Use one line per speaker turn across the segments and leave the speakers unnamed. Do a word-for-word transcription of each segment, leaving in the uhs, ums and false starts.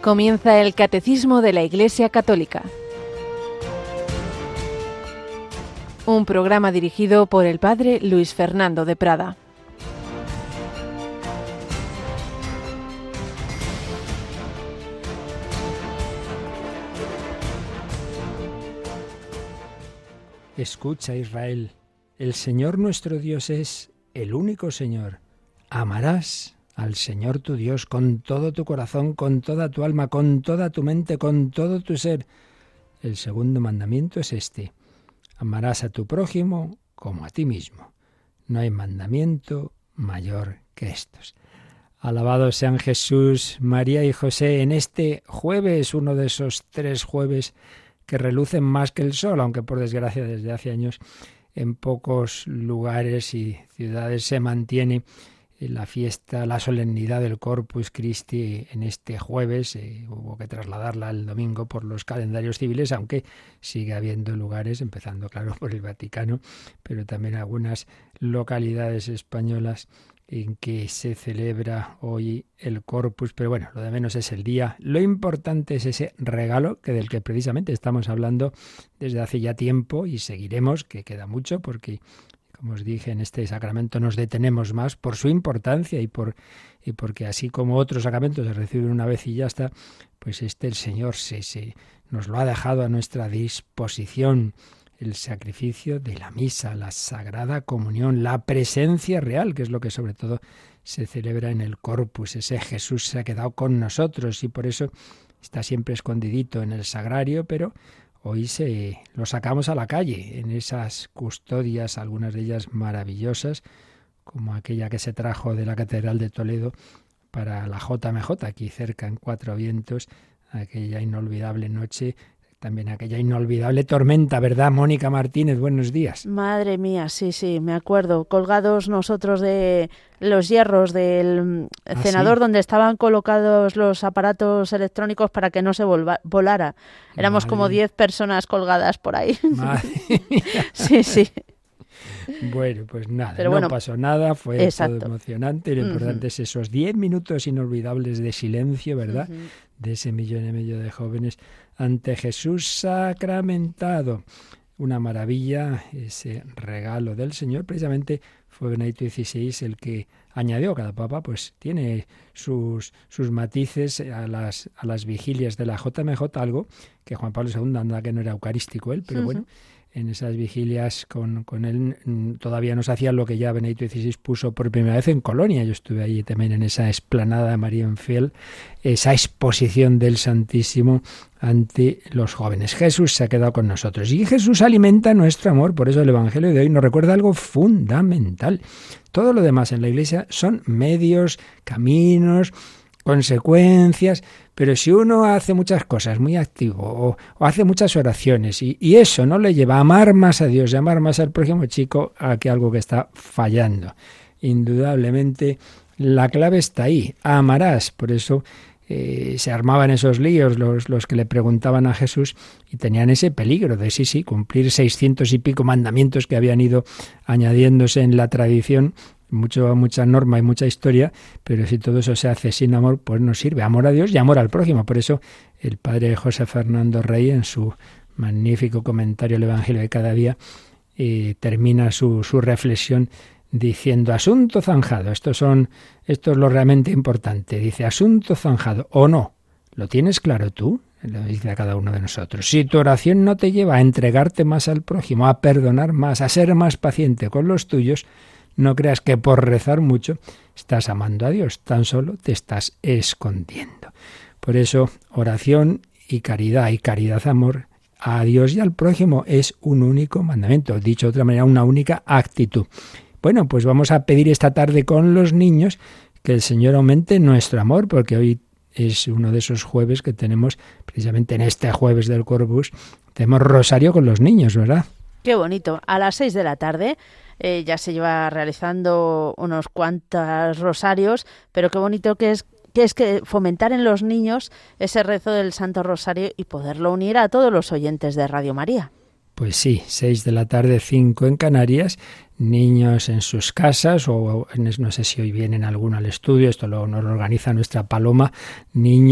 Comienza el Catecismo de la Iglesia Católica. Un programa dirigido por el Padre Luis Fernando de Prada.
Escucha, Israel, el Señor nuestro Dios es el único Señor. Amarás al Señor tu Dios con todo tu corazón, con toda tu alma, con toda tu mente, con todo tu ser. El segundo mandamiento es este: amarás a tu prójimo como a ti mismo. No hay mandamiento mayor que estos. Alabados sean Jesús, María y José en este jueves, uno de esos tres jueves que relucen más que el sol, aunque por desgracia desde hace años en pocos lugares y ciudades se mantiene la fiesta, la solemnidad del Corpus Christi en este jueves. Eh, hubo que trasladarla al domingo por los calendarios civiles, aunque sigue habiendo lugares, empezando claro por el Vaticano, pero también algunas localidades españolas en que se celebra hoy el Corpus, pero bueno, lo de menos es el día. Lo importante es ese regalo que del que precisamente estamos hablando desde hace ya tiempo y seguiremos, que queda mucho, porque como os dije, en este sacramento nos detenemos más por su importancia y por y porque así como otros sacramentos se reciben una vez y ya está, pues este el Señor se, se nos lo ha dejado a nuestra disposición. El sacrificio de la misa, la Sagrada Comunión, la presencia real, que es lo que sobre todo se celebra en el Corpus. Ese Jesús se ha quedado con nosotros y por eso está siempre escondidito en el sagrario, pero hoy se lo sacamos a la calle, en esas custodias, algunas de ellas maravillosas, como aquella que se trajo de la Catedral de Toledo para la J M J, aquí cerca en Cuatro Vientos, aquella inolvidable noche. También aquella inolvidable tormenta, ¿verdad, Mónica Martínez? Buenos días.
Madre mía, sí, sí, me acuerdo. Colgados nosotros de los hierros del ¿Ah, cenador, sí? Donde estaban colocados los aparatos electrónicos para que no se volva, volara. Éramos Madre como diez personas colgadas por ahí.
Madre mía.
Sí, sí.
Bueno, pues nada,
Pero
no
bueno,
pasó nada, fue
exacto.
todo emocionante. Lo uh-huh. importante es esos diez minutos inolvidables de silencio, ¿verdad? Uh-huh. De ese millón y medio de jóvenes ante Jesús sacramentado. Una maravilla ese regalo del Señor. Precisamente fue Benedicto dieciséis el que añadió, cada papa pues tiene sus, sus matices a las, a las vigilias de la J M J, algo que Juan Pablo segundo, anda que no era eucarístico él, pero uh-huh. bueno, en esas vigilias con, con él todavía nos hacía lo que ya Benedicto dieciséis puso por primera vez en Colonia. Yo estuve allí también en esa explanada de Marienfeld, esa exposición del Santísimo ante los jóvenes. Jesús se ha quedado con nosotros y Jesús alimenta nuestro amor. Por eso el Evangelio de hoy nos recuerda algo fundamental. Todo lo demás en la Iglesia son medios, caminos, consecuencias, pero si uno hace muchas cosas, muy activo, o, o hace muchas oraciones, y, y eso no le lleva a amar más a Dios y a amar más al prójimo, chico, a que algo que está fallando. Indudablemente la clave está ahí, amarás. Por eso eh, se armaban esos líos los, los que le preguntaban a Jesús y tenían ese peligro de sí, sí, cumplir seiscientos y pico mandamientos que habían ido añadiéndose en la tradición. Mucho, mucha norma y mucha historia, pero si todo eso se hace sin amor, pues no sirve. Amor a Dios y amor al prójimo. Por eso el padre José Fernando Rey, en su magnífico comentario al Evangelio de cada día, eh, termina su, su reflexión diciendo: asunto zanjado. Esto, son, esto es lo realmente importante. Dice: asunto zanjado o no. ¿Lo tienes claro tú? Lo dice a cada uno de nosotros. Si tu oración no te lleva a entregarte más al prójimo, a perdonar más, a ser más paciente con los tuyos, no creas que por rezar mucho estás amando a Dios, tan solo te estás escondiendo. Por eso, oración y caridad, y caridad, amor a Dios y al prójimo, es un único mandamiento. Dicho de otra manera, una única actitud. Bueno, pues vamos a pedir esta tarde con los niños que el Señor aumente nuestro amor, porque hoy es uno de esos jueves que tenemos, precisamente en este jueves del Corpus, tenemos rosario con los niños, ¿verdad?
Qué bonito. A las seis de la tarde eh, ya se lleva realizando unos cuantos rosarios, pero qué bonito que es que es que fomentar en los niños ese rezo del Santo Rosario y poderlo unir a todos los oyentes de Radio María.
Pues sí, seis de la tarde, cinco en Canarias, niños en sus casas, o no sé si hoy vienen alguno al estudio, esto lo, nos lo organiza nuestra Paloma Niño,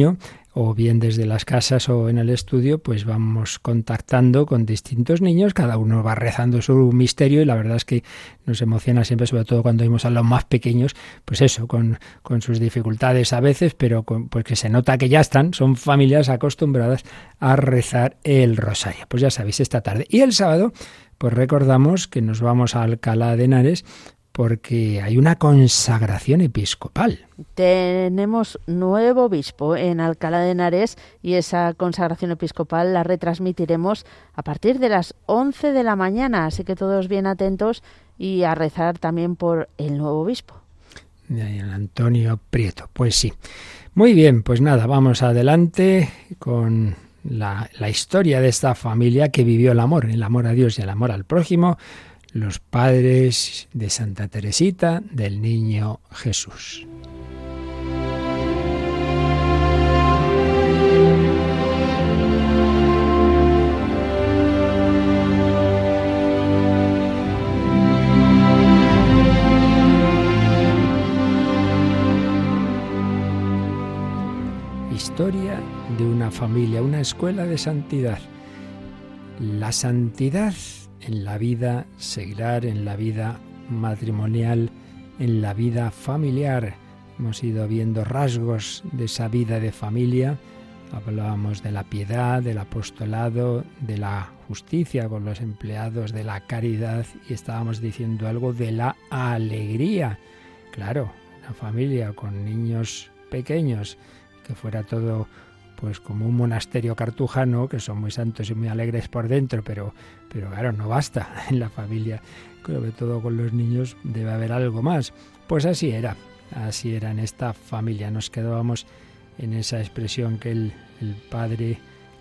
o bien desde las casas o en el estudio, pues vamos contactando con distintos niños, cada uno va rezando su misterio y la verdad es que nos emociona siempre, sobre todo cuando vimos a los más pequeños, pues eso, con, con sus dificultades a veces, pero con, pues que se nota que ya están, son familias acostumbradas a rezar el rosario. Pues ya sabéis, esta tarde. Y el sábado, pues recordamos que nos vamos a Alcalá de Henares, porque hay una consagración episcopal.
Tenemos nuevo obispo en Alcalá de Henares y esa consagración episcopal la retransmitiremos a partir de las once de la mañana, así que todos bien atentos y a rezar también por el nuevo obispo.
Antonio Prieto, pues sí. Muy bien, pues nada, vamos adelante con la, la historia de esta familia que vivió el amor, el amor a Dios y el amor al prójimo, los padres de Santa Teresita del Niño Jesús. Historia de una familia, una escuela de santidad. La santidad en la vida seglar, en la vida matrimonial, en la vida familiar. Hemos ido viendo rasgos de esa vida de familia. Hablábamos de la piedad, del apostolado, de la justicia con los empleados, de la caridad y estábamos diciendo algo de la alegría. Claro, una familia con niños pequeños, que fuera todo pues como un monasterio cartujano, que son muy santos y muy alegres por dentro, pero, pero claro, no basta. En la familia, sobre todo con los niños, debe haber algo más. Pues así era, así era en esta familia. Nos quedábamos en esa expresión que el, el padre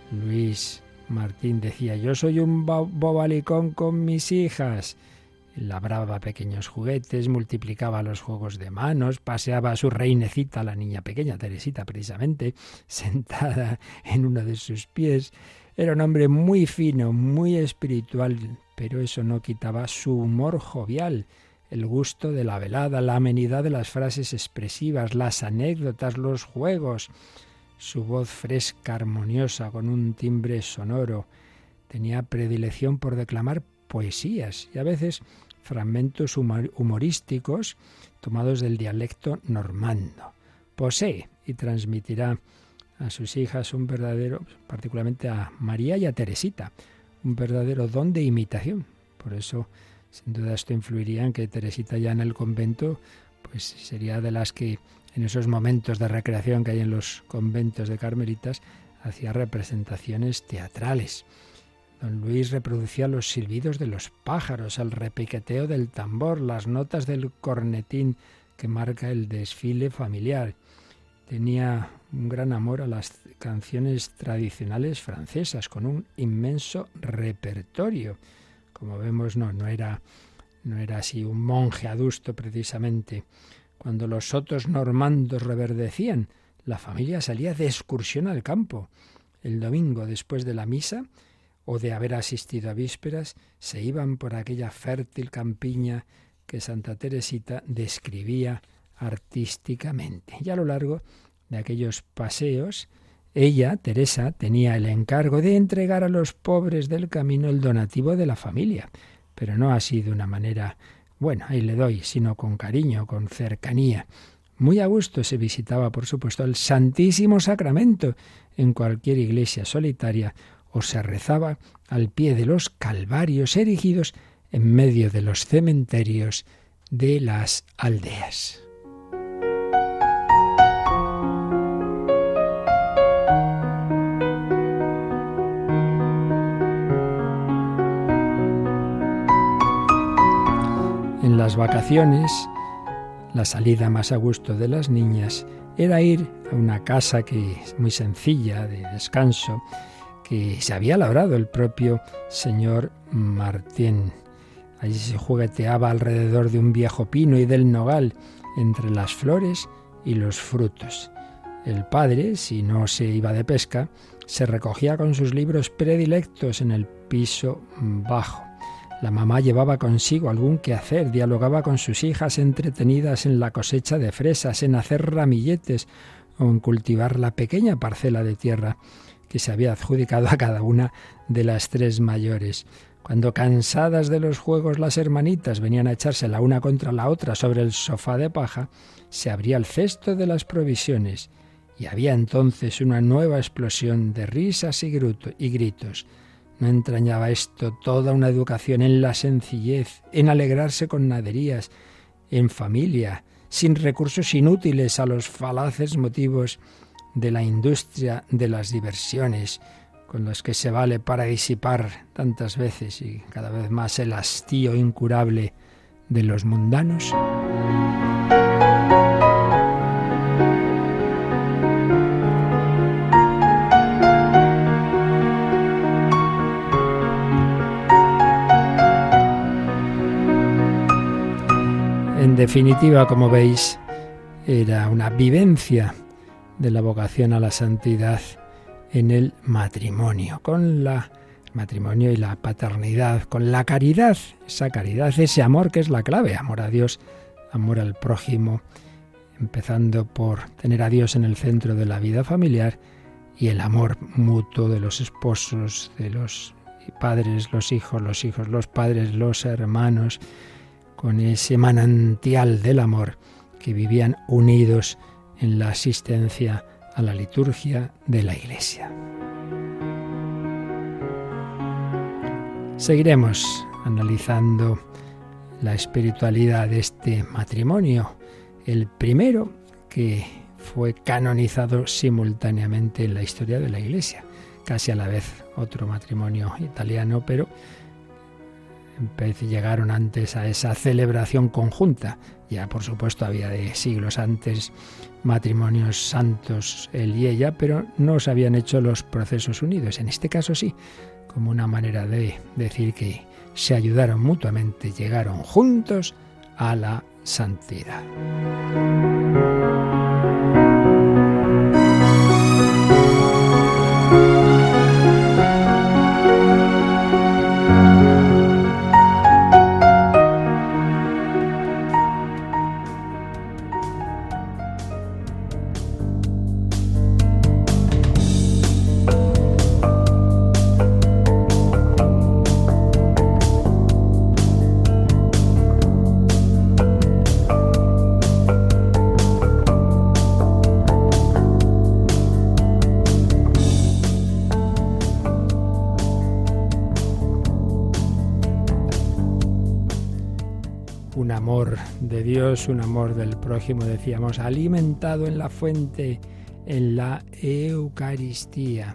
Luis Martín decía: yo soy un bobalicón con mis hijas. Labraba pequeños juguetes, multiplicaba los juegos de manos, paseaba a su reinecita, la niña pequeña, Teresita precisamente, sentada en uno de sus pies. Era un hombre muy fino, muy espiritual, pero eso no quitaba su humor jovial, el gusto de la velada, la amenidad de las frases expresivas, las anécdotas, los juegos, su voz fresca, armoniosa, con un timbre sonoro. Tenía predilección por declamar poesías y a veces fragmentos humorísticos tomados del dialecto normando. Posee y transmitirá a sus hijas un verdadero, particularmente a María y a Teresita, un verdadero don de imitación. Por eso, sin duda, esto influiría en que Teresita ya en el convento, pues sería de las que en esos momentos de recreación que hay en los conventos de carmelitas, hacía representaciones teatrales. Don Luis reproducía los silbidos de los pájaros, el repiqueteo del tambor, las notas del cornetín que marca el desfile familiar. Tenía un gran amor a las canciones tradicionales francesas, con un inmenso repertorio. Como vemos, no, no era, no era así un monje adusto precisamente. Cuando los sotos normandos reverdecían, la familia salía de excursión al campo. El domingo, después de la misa, o de haber asistido a vísperas, se iban por aquella fértil campiña que Santa Teresita describía artísticamente. Y a lo largo de aquellos paseos, ella, Teresa, tenía el encargo de entregar a los pobres del camino el donativo de la familia, pero no así de una manera, bueno, ahí le doy, sino con cariño, con cercanía. Muy a gusto se visitaba, por supuesto, el Santísimo Sacramento en cualquier iglesia solitaria o se rezaba al pie de los calvarios erigidos en medio de los cementerios de las aldeas. En las vacaciones, la salida más a gusto de las niñas era ir a una casa que es muy sencilla, de descanso, que se había labrado el propio señor Martín. Allí se jugueteaba alrededor de un viejo pino y del nogal, entre las flores y los frutos. El padre, si no se iba de pesca, se recogía con sus libros predilectos en el piso bajo. La mamá llevaba consigo algún quehacer, dialogaba con sus hijas entretenidas en la cosecha de fresas, en hacer ramilletes, o en cultivar la pequeña parcela de tierra que se había adjudicado a cada una de las tres mayores. Cuando, cansadas de los juegos, las hermanitas venían a echarse la una contra la otra sobre el sofá de paja, se abría el cesto de las provisiones y había entonces una nueva explosión de risas y gritos. ¿No entrañaba esto toda una educación en la sencillez, en alegrarse con naderías, en familia, sin recursos inútiles a los falaces motivos de la industria de las diversiones, con los que se vale para disipar tantas veces y cada vez más el hastío incurable de los mundanos? En definitiva, como veis, era una vivencia de la vocación a la santidad en el matrimonio, con la el matrimonio y la paternidad, con la caridad, esa caridad, ese amor que es la clave, amor a Dios, amor al prójimo, empezando por tener a Dios en el centro de la vida familiar y el amor mutuo de los esposos, de los padres, los hijos, los hijos, los padres, los hermanos, con ese manantial del amor que vivían unidos en la asistencia a la liturgia de la Iglesia. Seguiremos analizando la espiritualidad de este matrimonio, el primero que fue canonizado simultáneamente en la historia de la Iglesia, casi a la vez otro matrimonio italiano, pero llegaron antes a esa celebración conjunta. Ya, por supuesto, había de siglos antes matrimonios santos, él y ella, pero no se habían hecho los procesos unidos. En este caso sí, como una manera de decir que se ayudaron mutuamente, llegaron juntos a la santidad. Un amor de Dios, un amor del prójimo, decíamos, alimentado en la fuente, en la Eucaristía.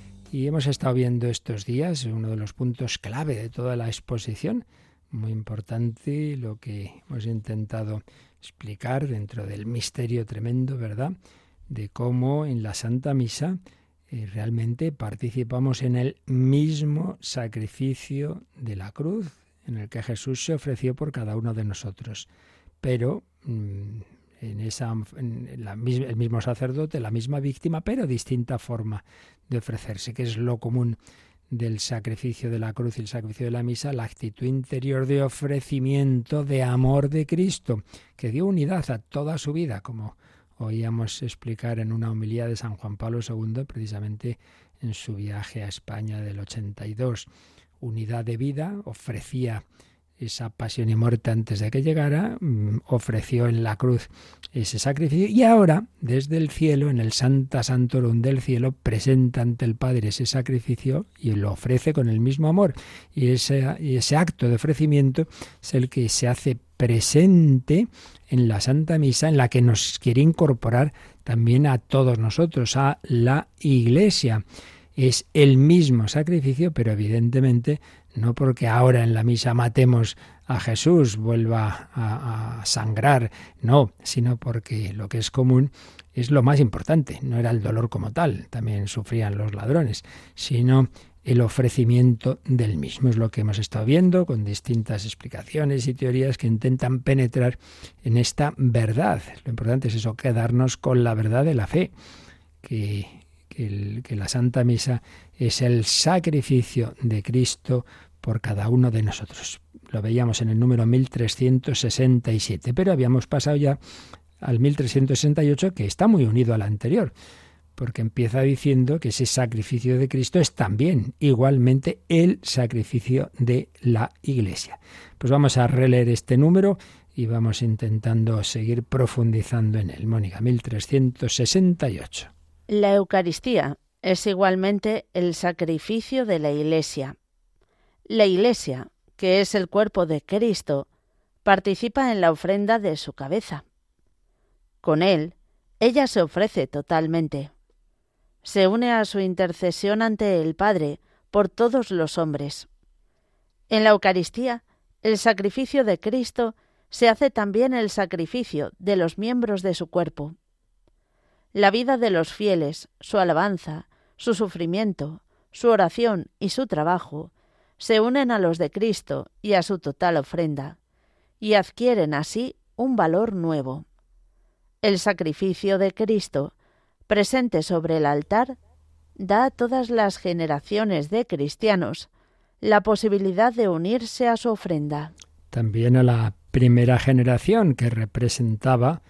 Y hemos estado viendo estos días uno de los puntos clave de toda la exposición, muy importante, lo que hemos intentado explicar dentro del misterio tremendo, ¿verdad?, de cómo en la Santa Misa eh, realmente participamos en el mismo sacrificio de la cruz, en el que Jesús se ofreció por cada uno de nosotros. Pero mmm, en esa en la, el mismo sacerdote, la misma víctima, pero distinta forma de ofrecerse, que es lo común del sacrificio de la cruz y el sacrificio de la misa, la actitud interior de ofrecimiento, de amor de Cristo, que dio unidad a toda su vida, como oíamos explicar en una homilía de San Juan Pablo segundo, precisamente en su viaje a España del ochenta y dos. Unidad de vida, ofrecía esa pasión y muerte antes de que llegara, ofreció en la cruz ese sacrificio y ahora, desde el cielo, en el Santa Santorum del cielo, presenta ante el Padre ese sacrificio y lo ofrece con el mismo amor. Y ese, y ese acto de ofrecimiento es el que se hace presente en la Santa Misa, en la que nos quiere incorporar también a todos nosotros, a la Iglesia. Es el mismo sacrificio, pero evidentemente no porque ahora en la misa matemos a Jesús, vuelva a, a sangrar, no, sino porque lo que es común es lo más importante. No era el dolor como tal, también sufrían los ladrones, sino el ofrecimiento del mismo. Es lo que hemos estado viendo con distintas explicaciones y teorías que intentan penetrar en esta verdad. Lo importante es eso, quedarnos con la verdad de la fe, que Que, el, que la Santa Misa es el sacrificio de Cristo por cada uno de nosotros. Lo veíamos en el número mil trescientos sesenta y siete, pero habíamos pasado ya al mil trescientos sesenta y ocho, que está muy unido al anterior, porque empieza diciendo que ese sacrificio de Cristo es también igualmente el sacrificio de la Iglesia. Pues vamos a releer este número y vamos intentando seguir profundizando en él. Mónica, mil trescientos sesenta y ocho.
La Eucaristía es igualmente el sacrificio de la Iglesia. La Iglesia, que es el cuerpo de Cristo, participa en la ofrenda de su cabeza. Con él, ella se ofrece totalmente. Se une a su intercesión ante el Padre por todos los hombres. En la Eucaristía, el sacrificio de Cristo se hace también el sacrificio de los miembros de su cuerpo. La vida de los fieles, su alabanza, su sufrimiento, su oración y su trabajo se unen a los de Cristo y a su total ofrenda, y adquieren así un valor nuevo. El sacrificio de Cristo, presente sobre el altar, da a todas las generaciones de cristianos la posibilidad de unirse a su ofrenda.
También a la primera generación que representaba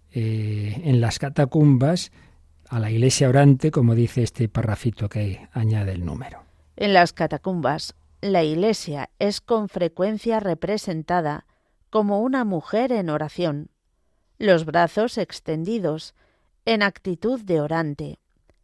eh, en las catacumbas a la iglesia orante, como dice este parrafito que añade el número.
En las catacumbas, la iglesia es con frecuencia representada como una mujer en oración, los brazos extendidos, en actitud de orante,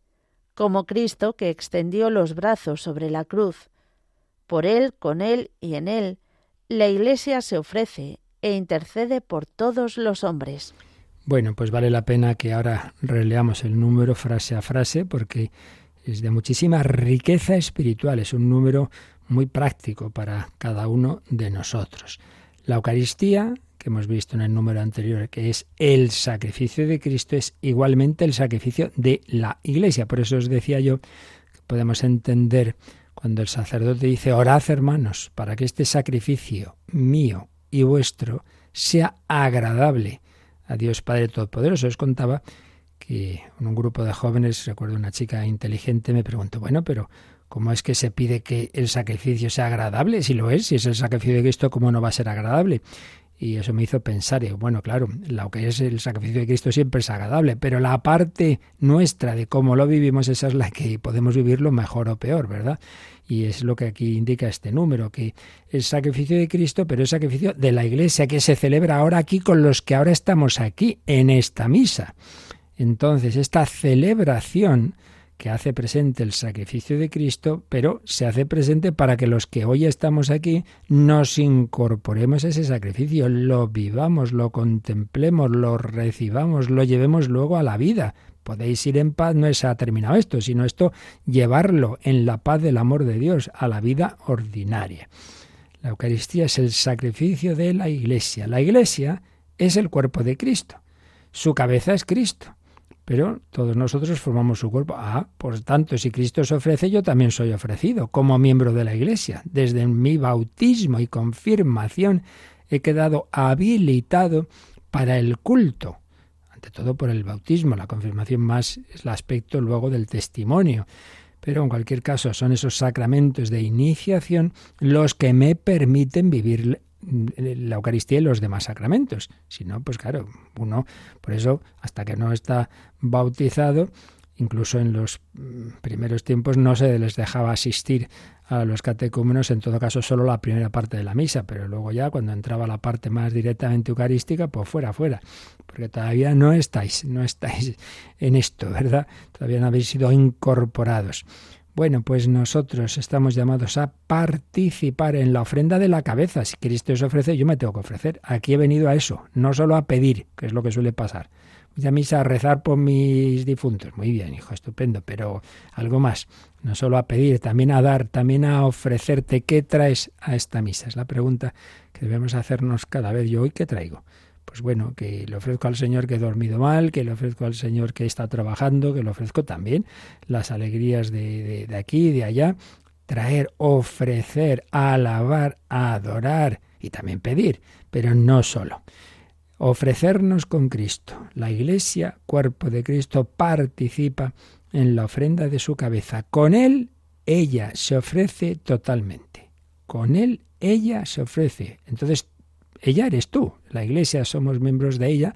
como Cristo que extendió los brazos sobre la cruz. Por Él, con Él y en Él, la Iglesia se ofrece e intercede por todos los hombres.
Bueno, pues vale la pena que ahora releamos el número frase a frase, porque es de muchísima riqueza espiritual, es un número muy práctico para cada uno de nosotros. La Eucaristía, que hemos visto en el número anterior, que es el sacrificio de Cristo, es igualmente el sacrificio de la Iglesia. Por eso os decía yo que podemos entender cuando el sacerdote dice: orad, hermanos, para que este sacrificio mío y vuestro sea agradable a Dios Padre Todopoderoso. Os contaba que en un grupo de jóvenes, recuerdo una chica inteligente, me preguntó: bueno, pero ¿cómo es que se pide que el sacrificio sea agradable? Si lo es, si es el sacrificio de Cristo, ¿cómo no va a ser agradable? Y eso me hizo pensar, y bueno, claro, lo que es el sacrificio de Cristo siempre es agradable, pero la parte nuestra de cómo lo vivimos, esa es la que podemos vivirlo mejor o peor, ¿verdad? Y es lo que aquí indica este número, que el sacrificio de Cristo, pero el sacrificio de la Iglesia, que se celebra ahora aquí con los que ahora estamos aquí, en esta misa. Entonces, esta celebración que hace presente el sacrificio de Cristo, pero se hace presente para que los que hoy estamos aquí nos incorporemos a ese sacrificio, lo vivamos, lo contemplemos, lo recibamos, lo llevemos luego a la vida. Podéis ir en paz, no se ha terminado esto, sino esto llevarlo en la paz del amor de Dios a la vida ordinaria. La Eucaristía es el sacrificio de la Iglesia. La Iglesia es el cuerpo de Cristo. Su cabeza es Cristo. Pero todos nosotros formamos su cuerpo. Ah, por tanto, si Cristo se ofrece, yo también soy ofrecido como miembro de la Iglesia. Desde mi bautismo y confirmación he quedado habilitado para el culto. Ante todo por el bautismo, la confirmación más es el aspecto luego del testimonio. Pero en cualquier caso son esos sacramentos de iniciación los que me permiten vivir la Eucaristía y los demás sacramentos. Si no, pues claro, uno, por eso, hasta que no está bautizado, incluso en los primeros tiempos no se les dejaba asistir a los catecúmenos, en todo caso solo la primera parte de la misa, pero luego ya cuando entraba la parte más directamente eucarística, pues fuera, fuera, porque todavía no estáis, no estáis en esto, ¿verdad? Todavía no habéis sido incorporados. Bueno, pues nosotros estamos llamados a participar en la ofrenda de la cabeza. Si Cristo se ofrece, yo me tengo que ofrecer. Aquí he venido a eso, no solo a pedir, que es lo que suele pasar. Voy a misa a rezar por mis difuntos. Muy bien, hijo, estupendo, pero algo más. No solo a pedir, también a dar, también a ofrecerte. ¿Qué traes a esta misa? Es la pregunta que debemos hacernos cada vez. ¿Yo hoy qué traigo? Pues bueno, que le ofrezco al Señor que he dormido mal, que le ofrezco al Señor que está trabajando, que le ofrezco también las alegrías de, de, de aquí y de allá. Traer, ofrecer, alabar, adorar y también pedir, pero no solo. Ofrecernos con Cristo. La Iglesia, cuerpo de Cristo, participa en la ofrenda de su cabeza. Con Él, ella se ofrece totalmente. Con Él, ella se ofrece. Entonces, ella eres tú. La Iglesia somos miembros de ella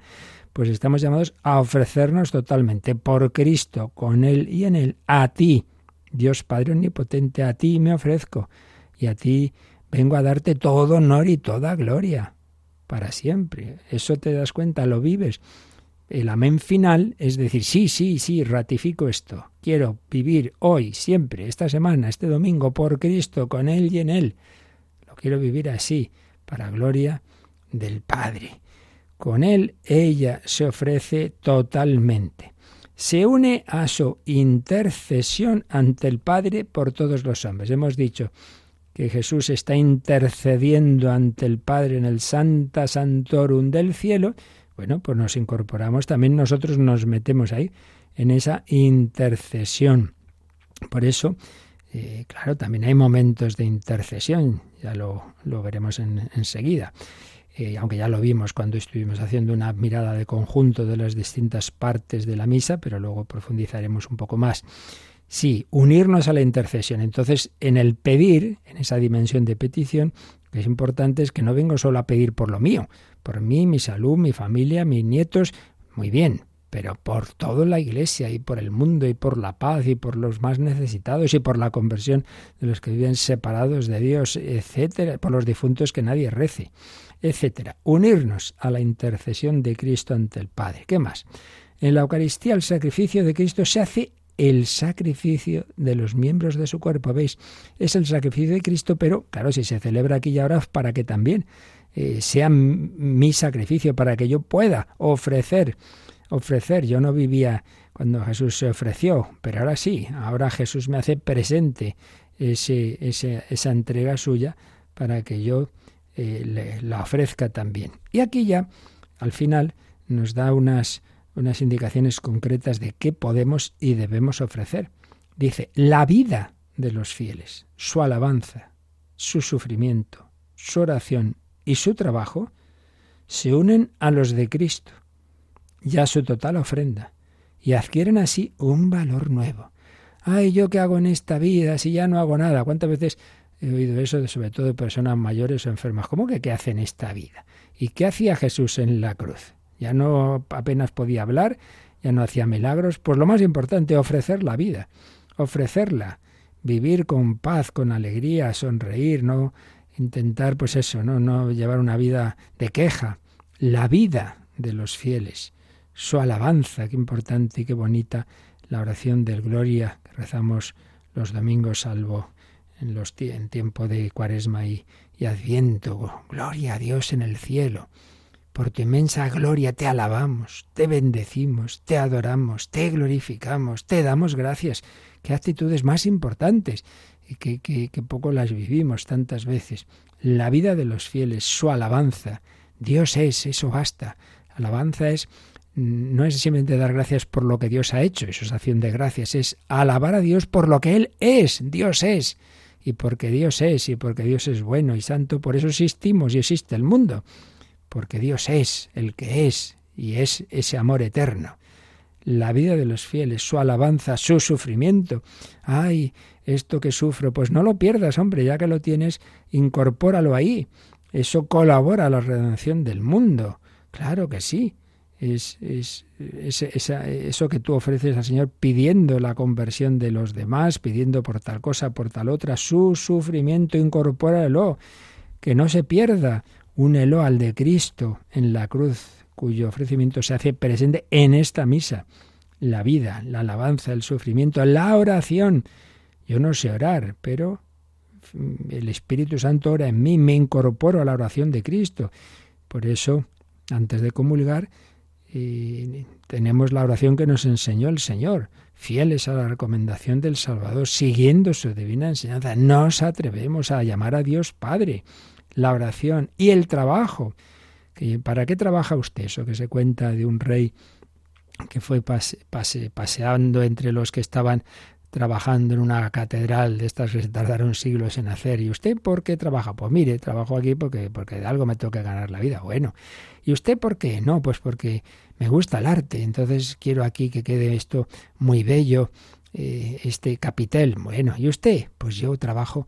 pues estamos llamados a ofrecernos totalmente por Cristo, con Él y en Él, a ti, Dios Padre Omnipotente, a ti me ofrezco y a ti vengo a darte todo honor y toda gloria para siempre. Eso te das cuenta, lo vives. El amén final es decir, sí, sí, sí, ratifico esto. Quiero vivir hoy, siempre, esta semana, este domingo, por Cristo, con Él y en Él. Lo quiero vivir así, para gloria del Padre. Con Él ella se ofrece totalmente. Se une a su intercesión ante el Padre por todos los hombres. Hemos dicho que Jesús está intercediendo ante el Padre en el Sancta Sanctorum del cielo. Bueno, pues nos incorporamos, también nosotros nos metemos ahí, en esa intercesión. Por eso, eh, claro, también hay momentos de intercesión, ya lo, lo veremos en, enseguida. Eh, aunque ya lo vimos cuando estuvimos haciendo una mirada de conjunto de las distintas partes de la misa, pero luego profundizaremos un poco más. Sí, unirnos a la intercesión. Entonces, en el pedir, en esa dimensión de petición, lo que es importante es que no vengo solo a pedir por lo mío, por mí, mi salud, mi familia, mis nietos, muy bien, pero por toda la Iglesia y por el mundo y por la paz y por los más necesitados y por la conversión de los que viven separados de Dios, etcétera, por los difuntos que nadie rece, etcétera. Unirnos a la intercesión de Cristo ante el Padre. ¿Qué más? En la Eucaristía el sacrificio de Cristo se hace el sacrificio de los miembros de su cuerpo. ¿Veis? Es el sacrificio de Cristo, pero claro, si se celebra aquí y ahora, para que también eh, sea mi sacrificio, para que yo pueda ofrecer, ofrecer. Yo no vivía cuando Jesús se ofreció, pero ahora sí, ahora Jesús me hace presente ese, ese, esa entrega suya para que yo eh, le, la ofrezca también. Y aquí ya, al final, nos da unas unas indicaciones concretas de qué podemos y debemos ofrecer. Dice, la vida de los fieles, su alabanza, su sufrimiento, su oración y su trabajo se unen a los de Cristo y a su total ofrenda y adquieren así un valor nuevo. Ay, ¿yo qué hago en esta vida si ya no hago nada? ¿Cuántas veces he oído eso, sobre todo de personas mayores o enfermas? ¿Cómo que qué hace en esta vida? ¿Y qué hacía Jesús en la cruz? Ya no apenas podía hablar, ya no hacía milagros. Pues lo más importante, ofrecer la vida, ofrecerla, vivir con paz, con alegría, sonreír, no intentar, pues eso, no, no llevar una vida de queja. La vida de los fieles, su alabanza, qué importante y qué bonita la oración del Gloria que rezamos los domingos, salvo en los en tiempo de Cuaresma y, y Adviento. Gloria a Dios en el cielo. Por tu inmensa gloria te alabamos, te bendecimos, te adoramos, te glorificamos, te damos gracias. Qué actitudes más importantes y que, que, que poco las vivimos tantas veces. La vida de los fieles, su alabanza. Dios es, eso basta. Alabanza es, no es simplemente dar gracias por lo que Dios ha hecho, eso es acción de gracias, es alabar a Dios por lo que Él es, Dios es. Y porque Dios es, y porque Dios es bueno y santo, por eso existimos y existe el mundo. Porque Dios es el que es, y es ese amor eterno. La vida de los fieles, su alabanza, su sufrimiento. Ay, esto que sufro, pues no lo pierdas, hombre, ya que lo tienes, incorpóralo ahí. Eso colabora a la redención del mundo. Claro que sí. Es, es, es esa, eso que tú ofreces al Señor pidiendo la conversión de los demás, pidiendo por tal cosa, por tal otra, su sufrimiento, incorpóralo, que no se pierda. Únelo al de Cristo en la cruz, cuyo ofrecimiento se hace presente en esta misa. La vida, la alabanza, el sufrimiento, la oración. Yo no sé orar, pero el Espíritu Santo ora en mí, me incorporo a la oración de Cristo. Por eso, antes de comulgar, eh, tenemos la oración que nos enseñó el Señor, fieles a la recomendación del Salvador, siguiendo su divina enseñanza. Nos atrevemos a llamar a Dios Padre. La oración y el trabajo. ¿Para qué trabaja usted? Eso que se cuenta de un rey que fue pase, pase, paseando entre los que estaban trabajando en una catedral de estas que se tardaron siglos en hacer. ¿Y usted por qué trabaja? Pues mire, trabajo aquí porque, porque de algo me tengo que ganar la vida. Bueno, ¿y usted por qué? No, pues porque me gusta el arte, entonces quiero aquí que quede esto muy bello, eh, este capitel. Bueno, ¿y usted? Pues yo trabajo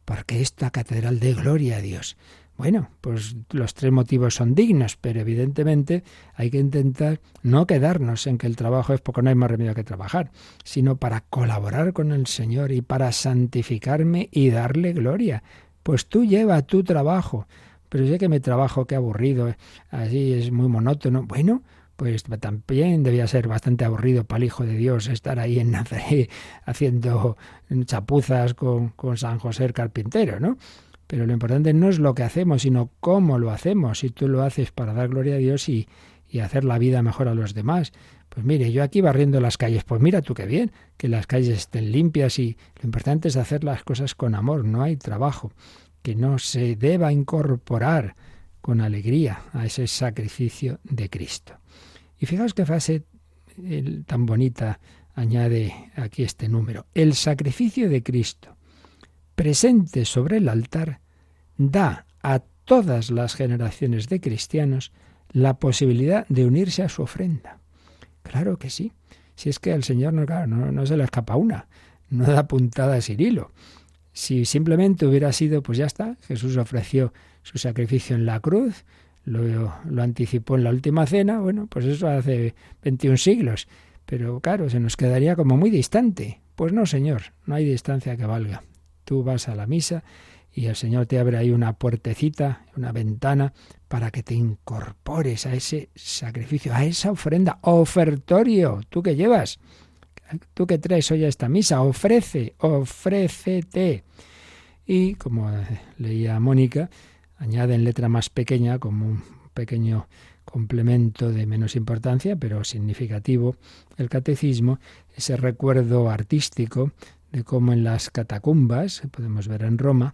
porque esta catedral dé gloria a Dios. Bueno, pues los tres motivos son dignos, pero evidentemente hay que intentar no quedarnos en que el trabajo es porque no hay más remedio que trabajar, sino para colaborar con el Señor y para santificarme y darle gloria. Pues tú lleva tu trabajo, pero sé que mi trabajo, qué aburrido, así es muy monótono. Bueno, pues también debía ser bastante aburrido para el Hijo de Dios estar ahí en Nazaret haciendo chapuzas con, con San José el carpintero, ¿no? Pero lo importante no es lo que hacemos, sino cómo lo hacemos. Si tú lo haces para dar gloria a Dios y, y hacer la vida mejor a los demás. Pues mire, yo aquí barriendo las calles, pues mira tú qué bien, que las calles estén limpias y lo importante es hacer las cosas con amor, no hay trabajo, que no se deba incorporar con alegría a ese sacrificio de Cristo. Y fijaos qué frase el, tan bonita añade aquí este número. El sacrificio de Cristo presente sobre el altar, da a todas las generaciones de cristianos la posibilidad de unirse a su ofrenda. Claro que sí. Si es que al Señor no, claro, no, no se le escapa una, no da puntada sin hilo. Si simplemente hubiera sido, pues ya está, Jesús ofreció su sacrificio en la cruz, lo, lo anticipó en la última cena, bueno, pues eso hace veintiún siglos. Pero claro, se nos quedaría como muy distante. Pues no, Señor, no hay distancia que valga. Tú vas a la misa y el Señor te abre ahí una puertecita, una ventana, para que te incorpores a ese sacrificio, a esa ofrenda, ofertorio. ¿Tú qué llevas? ¿Tú qué traes hoy a esta misa? Ofrece, ofrécete. Y como leía Mónica, añade en letra más pequeña, como un pequeño complemento de menos importancia, pero significativo, el catecismo, ese recuerdo artístico de cómo en las catacumbas, podemos ver en Roma,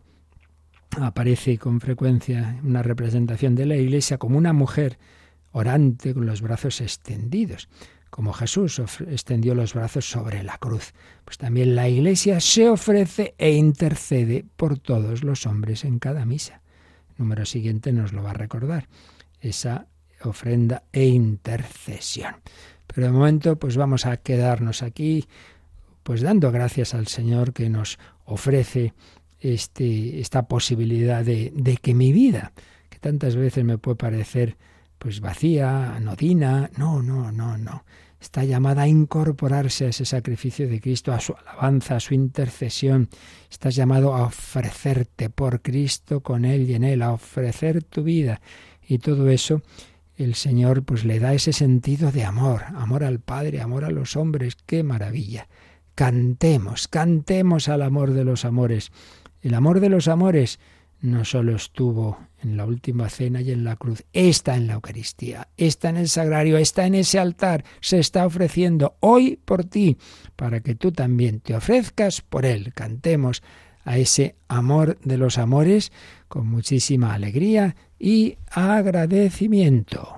aparece con frecuencia una representación de la Iglesia como una mujer orante con los brazos extendidos, como Jesús extendió los brazos sobre la cruz. Pues también la Iglesia se ofrece e intercede por todos los hombres en cada misa. El número siguiente nos lo va a recordar, esa ofrenda e intercesión. Pero de momento pues vamos a quedarnos aquí pues dando gracias al Señor que nos ofrece este, esta posibilidad de, de que mi vida, que tantas veces me puede parecer pues vacía, anodina, no, no, no, no, está llamada a incorporarse a ese sacrificio de Cristo, a su alabanza, a su intercesión. Estás llamado a ofrecerte por Cristo, con Él y en Él, a ofrecer tu vida. Y todo eso el Señor pues le da ese sentido de amor, amor al Padre, amor a los hombres. ¡Qué maravilla! Cantemos, cantemos al amor de los amores. El amor de los amores no solo estuvo en la última cena y en la cruz, está en la Eucaristía, está en el sagrario, está en ese altar, se está ofreciendo hoy por ti, para que tú también te ofrezcas por Él. Cantemos a ese amor de los amores con muchísima alegría y agradecimiento.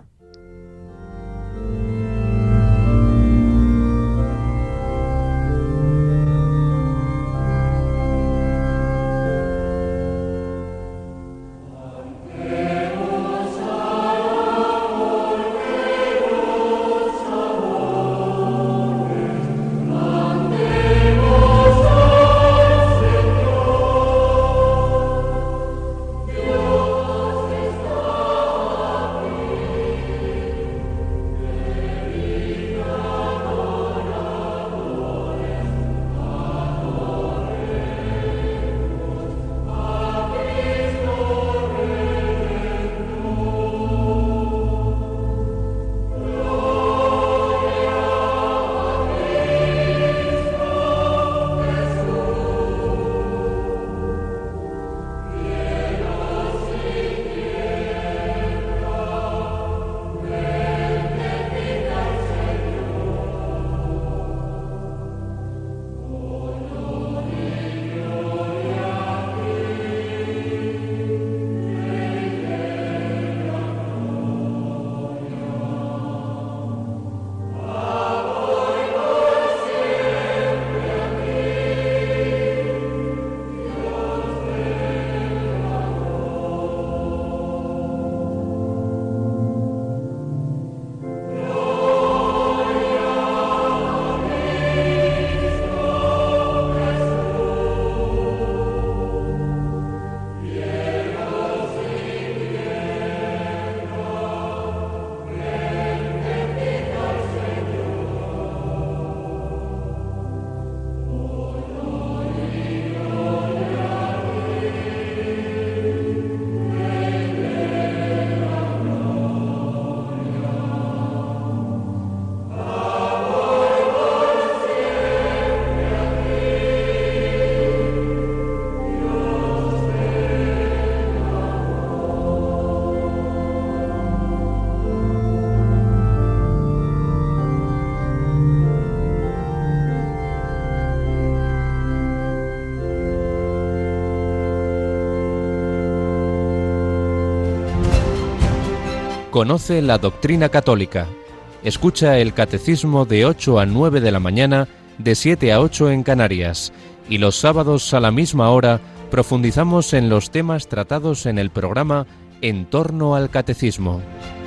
Conoce la doctrina católica. Escucha el catecismo de ocho a nueve de la mañana, de siete a ocho en Canarias. Y los sábados a la misma hora profundizamos en los temas tratados en el programa En torno al catecismo.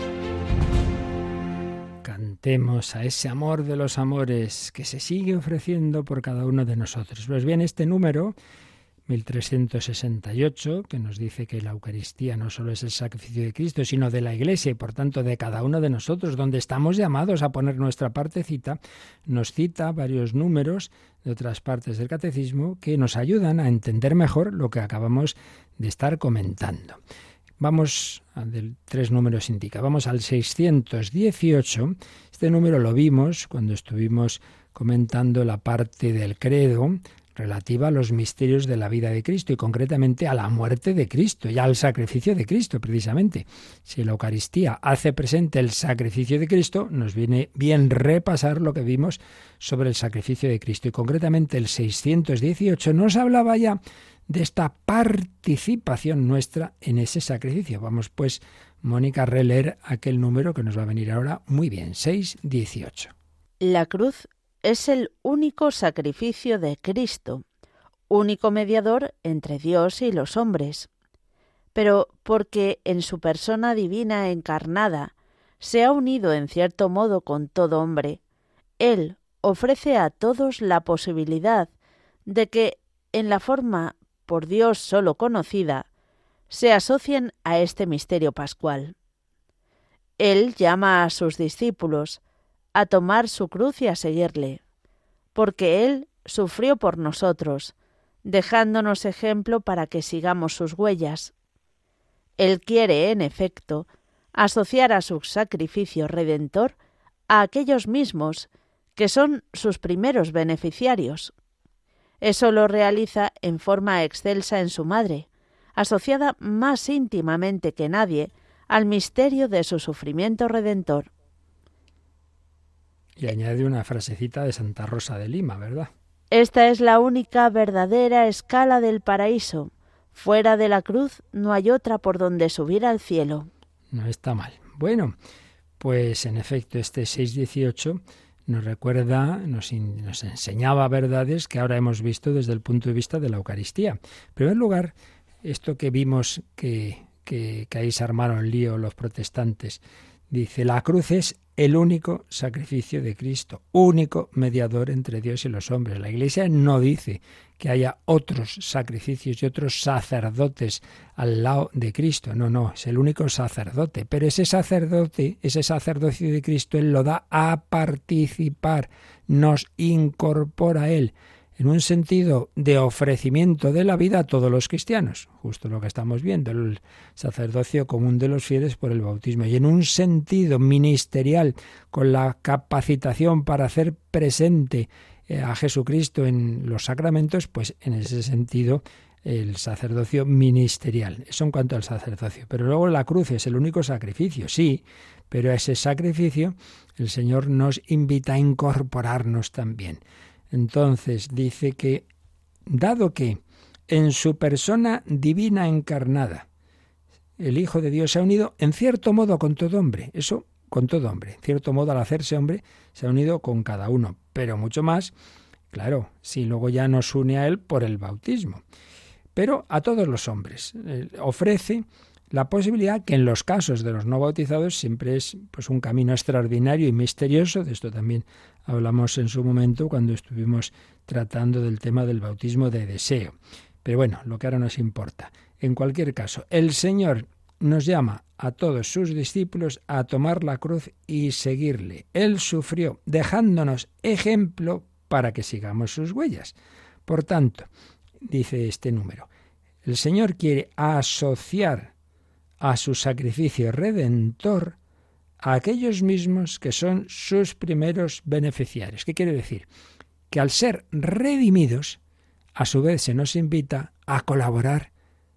Cantemos a ese amor de los amores que se sigue ofreciendo por cada uno de nosotros. Pues bien, este número mil trescientos sesenta y ocho, que nos dice que la Eucaristía no solo es el sacrificio de Cristo, sino de la Iglesia y por tanto de cada uno de nosotros, donde estamos llamados a poner nuestra partecita, nos cita varios números de otras partes del Catecismo que nos ayudan a entender mejor lo que acabamos de estar comentando. Vamos, del tres números indica, vamos al seiscientos dieciocho. Este número lo vimos cuando estuvimos comentando la parte del credo relativa a los misterios de la vida de Cristo y concretamente a la muerte de Cristo y al sacrificio de Cristo, precisamente. Si la Eucaristía hace presente el sacrificio de Cristo, nos viene bien repasar lo que vimos sobre el sacrificio de Cristo. Y concretamente el seiscientos dieciocho nos hablaba ya de esta participación nuestra en ese sacrificio. Vamos pues, Mónica, a releer aquel número que nos va a venir ahora muy bien, seiscientos dieciocho.
La cruz es el único sacrificio de Cristo, único mediador entre Dios y los hombres. Pero porque en su persona divina encarnada se ha unido en cierto modo con todo hombre, Él ofrece a todos la posibilidad de que, en la forma por Dios solo conocida, se asocien a este misterio pascual. Él llama a sus discípulos a tomar su cruz y a seguirle, porque Él sufrió por nosotros, dejándonos ejemplo para que sigamos sus huellas. Él quiere, en efecto, asociar a su sacrificio redentor a aquellos mismos que son sus primeros beneficiarios. Eso lo realiza en forma excelsa en su madre, asociada más íntimamente que nadie al misterio de su sufrimiento redentor.
Y añade una frasecita de Santa Rosa de Lima, ¿verdad?
Esta es la única verdadera escala del paraíso. Fuera de la cruz no hay otra por donde subir al cielo.
No está mal. Bueno, pues en efecto este seiscientos dieciocho nos recuerda, nos, in, nos enseñaba verdades que ahora hemos visto desde el punto de vista de la Eucaristía. En primer lugar, esto que vimos que, que, que ahí se armaron lío los protestantes, dice, la cruz es el único sacrificio de Cristo, único mediador entre Dios y los hombres. La Iglesia no dice que haya otros sacrificios y otros sacerdotes al lado de Cristo. No, no, es el único sacerdote. Pero ese sacerdote, ese sacerdocio de Cristo, Él lo da a participar, nos incorpora a Él, en un sentido de ofrecimiento de la vida a todos los cristianos, justo lo que estamos viendo, el sacerdocio común de los fieles por el bautismo, y en un sentido ministerial, con la capacitación para hacer presente a Jesucristo en los sacramentos, pues en ese sentido el sacerdocio ministerial. Eso en cuanto al sacerdocio. Pero luego la cruz es el único sacrificio, sí, pero a ese sacrificio el Señor nos invita a incorporarnos también. Entonces dice que, dado que en su persona divina encarnada el Hijo de Dios se ha unido en cierto modo con todo hombre, eso con todo hombre, en cierto modo al hacerse hombre se ha unido con cada uno, pero mucho más, claro, si luego ya nos une a Él por el bautismo, pero a todos los hombres. Eh, ofrece la posibilidad que en los casos de los no bautizados siempre es pues un camino extraordinario y misterioso. De esto también hablamos en su momento cuando estuvimos tratando del tema del bautismo de deseo. Pero bueno, lo que ahora nos importa. En cualquier caso, el Señor nos llama a todos sus discípulos a tomar la cruz y seguirle. Él sufrió, dejándonos ejemplo para que sigamos sus huellas. Por tanto, dice este número, el Señor quiere asociar a su sacrificio redentor a aquellos mismos que son sus primeros beneficiarios. ¿Qué quiere decir? Que al ser redimidos, a su vez se nos invita a colaborar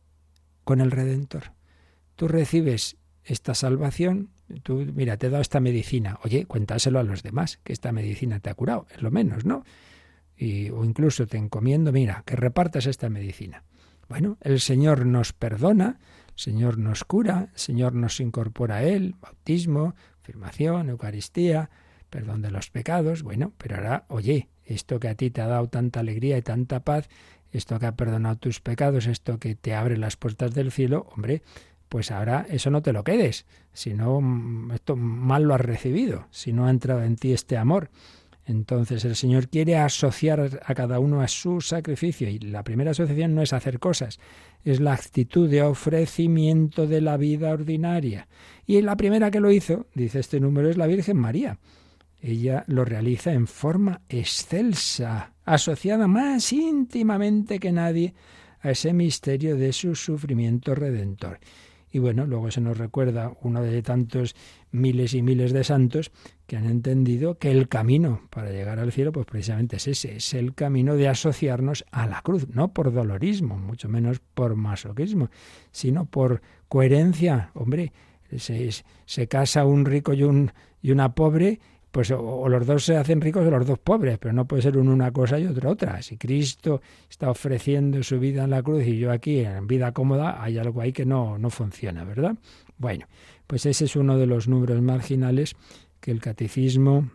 con el Redentor. Tú recibes esta salvación, tú, mira, te he dado esta medicina, oye, cuéntaselo a los demás, que esta medicina te ha curado, es lo menos, ¿no? Y, o incluso te encomiendo, mira, que repartas esta medicina. Bueno, el Señor nos perdona, Señor nos cura, el Señor nos incorpora a Él, bautismo, afirmación, Eucaristía, perdón de los pecados. Bueno, pero ahora, oye, esto que a ti te ha dado tanta alegría y tanta paz, esto que ha perdonado tus pecados, esto que te abre las puertas del cielo, hombre, pues ahora eso no te lo quedes, si no, esto mal lo has recibido, si no ha entrado en ti este amor. Entonces el Señor quiere asociar a cada uno a su sacrificio, y la primera asociación no es hacer cosas, es la actitud de ofrecimiento de la vida ordinaria. Y la primera que lo hizo, dice este número, es la Virgen María. Ella lo realiza en forma excelsa, asociada más íntimamente que nadie a ese misterio de su sufrimiento redentor. Y bueno, luego se nos recuerda uno de tantos miles y miles de santos que han entendido que el camino para llegar al cielo, pues precisamente es ese, es el camino de asociarnos a la cruz, no por dolorismo, mucho menos por masoquismo, sino por coherencia. Hombre, se, se casa un rico y, un, y una pobre, pues o, o los dos se hacen ricos o los dos pobres, pero no puede ser uno una cosa y otro otra. Si Cristo está ofreciendo su vida en la cruz y yo aquí en vida cómoda, hay algo ahí que no, no funciona, ¿verdad? Bueno, pues ese es uno de los números marginales que el catecismo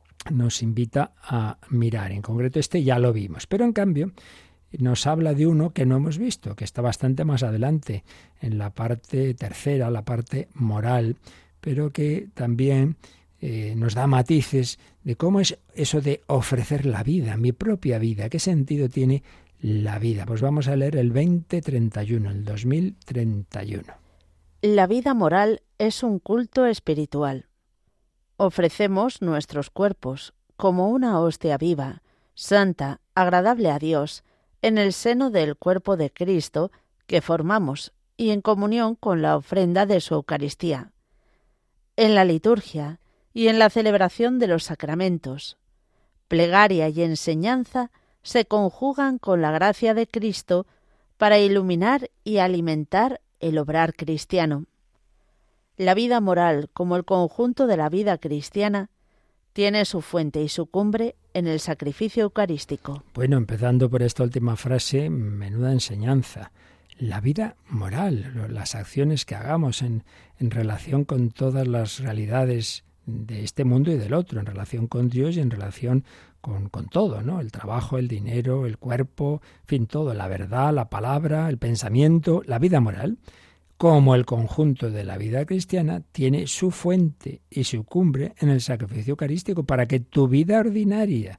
nos invita a mirar. En concreto este ya lo vimos, pero en cambio nos habla de uno que no hemos visto, que está bastante más adelante, en la parte tercera, la parte moral, pero que también Eh, nos da matices de cómo es eso de ofrecer la vida, mi propia vida, qué sentido tiene la vida. Pues vamos a leer el veinte treinta y uno, el dos mil treinta y uno.
La vida moral es un culto espiritual. Ofrecemos nuestros cuerpos como una hostia viva, santa, agradable a Dios, en el seno del cuerpo de Cristo que formamos y en comunión con la ofrenda de su Eucaristía. En la liturgia y en la celebración de los sacramentos, plegaria y enseñanza se conjugan con la gracia de Cristo para iluminar y alimentar el obrar cristiano. La vida moral, como el conjunto de la vida cristiana, tiene su fuente y su cumbre en el sacrificio eucarístico.
Bueno, empezando por esta última frase, menuda enseñanza. La vida moral, las acciones que hagamos en, en relación con todas las realidades de este mundo y del otro, en relación con Dios y en relación con, con todo, ¿no? El trabajo, el dinero, el cuerpo, en fin, todo, la verdad, la palabra, el pensamiento, la vida moral, como el conjunto de la vida cristiana, tiene su fuente y su cumbre en el sacrificio eucarístico, para que tu vida ordinaria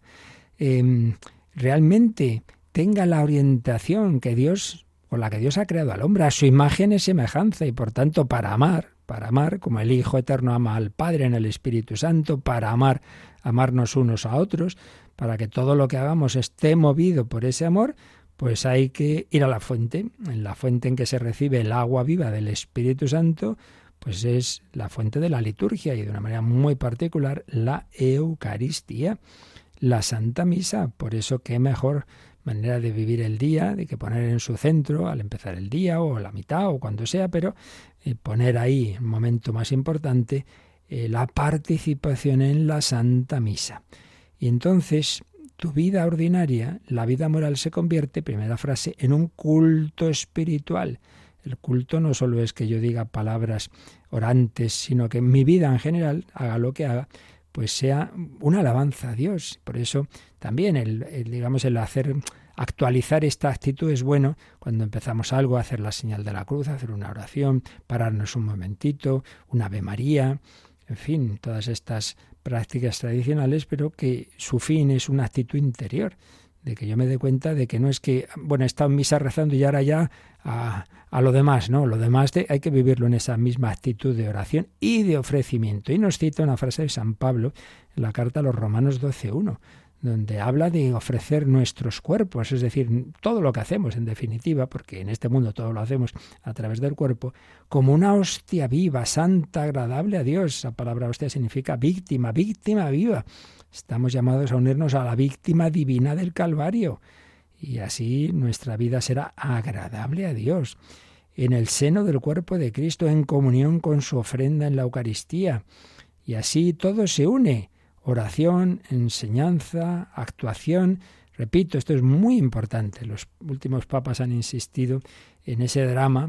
eh, realmente tenga la orientación que Dios, con la que Dios ha creado al hombre, a su imagen y semejanza, y por tanto para amar, para amar, como el Hijo Eterno ama al Padre en el Espíritu Santo, para amar, amarnos unos a otros, para que todo lo que hagamos esté movido por ese amor, pues hay que ir a la fuente. En la fuente en que se recibe el agua viva del Espíritu Santo, pues es la fuente de la liturgia, y de una manera muy particular la Eucaristía, la Santa Misa. Por eso qué mejor manera de vivir el día, de que poner en su centro al empezar el día o a la mitad o cuando sea, pero eh, poner ahí, el momento más importante, eh, la participación en la Santa Misa. Y entonces tu vida ordinaria, la vida moral, se convierte, primera frase, en un culto espiritual. El culto no solo es que yo diga palabras orantes, sino que mi vida en general, haga lo que haga, pues sea una alabanza a Dios. Por eso también el, el digamos el hacer actualizar esta actitud es bueno cuando empezamos algo, hacer la señal de la cruz, hacer una oración, pararnos un momentito, una Ave María, en fin, todas estas prácticas tradicionales, pero que su fin es una actitud interior, de que yo me dé cuenta de que no es que, bueno, he estado en misa rezando y ahora ya a, a lo demás, no, lo demás de, hay que vivirlo en esa misma actitud de oración y de ofrecimiento. Y nos cita una frase de San Pablo en la carta a los Romanos doce uno, donde habla de ofrecer nuestros cuerpos, es decir, todo lo que hacemos en definitiva, porque en este mundo todo lo hacemos a través del cuerpo, como una hostia viva, santa, agradable a Dios. Esa palabra hostia significa víctima, víctima viva. Estamos llamados a unirnos a la víctima divina del Calvario, y así nuestra vida será agradable a Dios, en el seno del cuerpo de Cristo, en comunión con su ofrenda en la Eucaristía. Y así todo se une. Oración, enseñanza, actuación. Repito, esto es muy importante. Los últimos papas han insistido en ese drama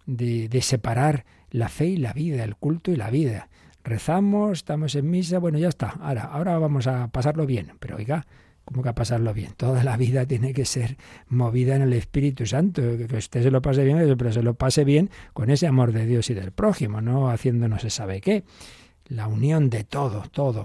de, de separar la fe y la vida, el culto y la vida. Rezamos, estamos en misa, bueno, ya está, ahora, ahora vamos a pasarlo bien. Pero oiga, ¿cómo que a pasarlo bien? Toda la vida tiene que ser movida en el Espíritu Santo, que usted se lo pase bien, pero se lo pase bien con ese amor de Dios y del prójimo, no haciendo no se sabe qué. La unión de todo, todo.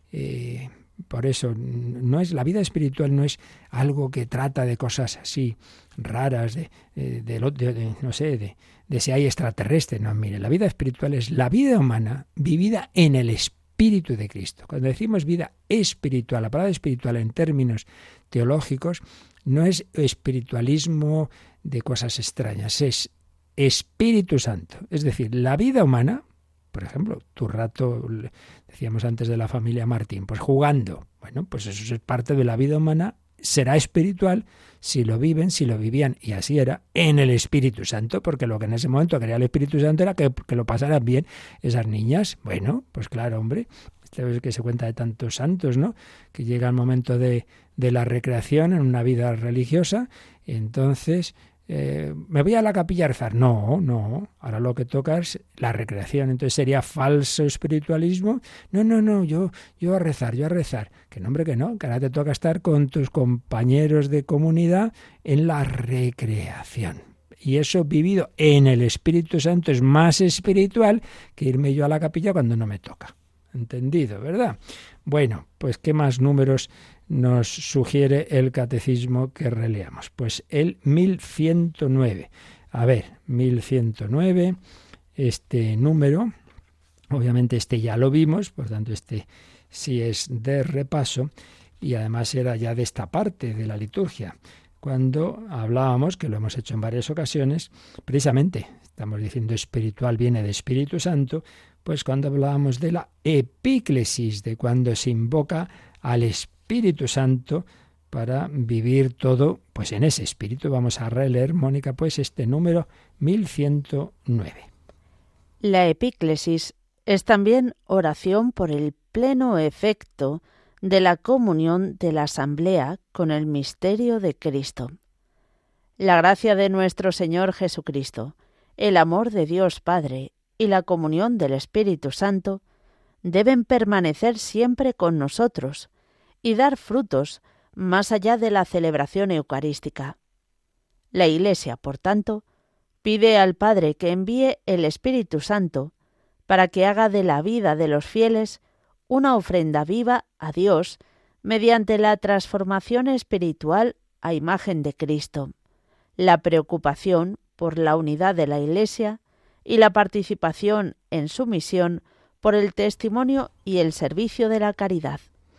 Eh, por eso, no es la vida espiritual no es algo que trata de cosas así raras, de, de, de, de, de no sé, de, de si hay extraterrestre. No, mire, la vida espiritual es la vida humana vivida en el Espíritu de Cristo. Cuando decimos vida espiritual, la palabra espiritual en términos teológicos no es espiritualismo de cosas extrañas, es Espíritu Santo. Es decir, la vida humana, por ejemplo, tu rato, decíamos antes de la familia Martín, pues jugando. Bueno, pues eso es parte de la vida humana, será espiritual si lo viven, si lo vivían, y así era, en el Espíritu Santo, porque lo que en ese momento quería el Espíritu Santo era que, que lo pasaran bien esas niñas. Bueno, pues claro, hombre, esto es que se cuenta de tantos santos, ¿no? Que llega el momento de, de la recreación en una vida religiosa, y entonces... Eh, ¿me voy a la capilla a rezar? No, no. Ahora lo que toca es la recreación. Entonces sería falso espiritualismo. No, no, no, yo, yo a rezar, yo a rezar. Que no, hombre, que no. Que ahora te toca estar con tus compañeros de comunidad en la recreación. Y eso vivido en el Espíritu Santo es más espiritual que irme yo a la capilla cuando no me toca. ¿Entendido, verdad? Bueno, pues ¿qué más números nos sugiere el catecismo que releamos? Pues el mil ciento nueve. A ver, mil ciento nueve, este número, obviamente este ya lo vimos, por tanto este sí es de repaso, y además era ya de esta parte de la liturgia, cuando hablábamos, que lo hemos hecho en varias ocasiones, precisamente, estamos diciendo espiritual viene de Espíritu Santo, pues cuando hablábamos de la epíclesis, de cuando se invoca al Espíritu Santo para vivir todo, pues en ese espíritu. Vamos a releer, Mónica, pues este número mil ciento nueve.
La epíclesis es también oración por el pleno efecto de la comunión de la Asamblea con el misterio de Cristo. La gracia de nuestro Señor Jesucristo, el amor de Dios Padre y la comunión del Espíritu Santo deben permanecer siempre con nosotros y dar frutos más allá de la celebración eucarística. La Iglesia, por tanto, pide al Padre que envíe el Espíritu Santo para que haga de la vida de los fieles una ofrenda viva a Dios mediante la transformación espiritual a imagen de Cristo, la preocupación por la unidad de la Iglesia y la participación en su misión por el testimonio y el servicio de la caridad.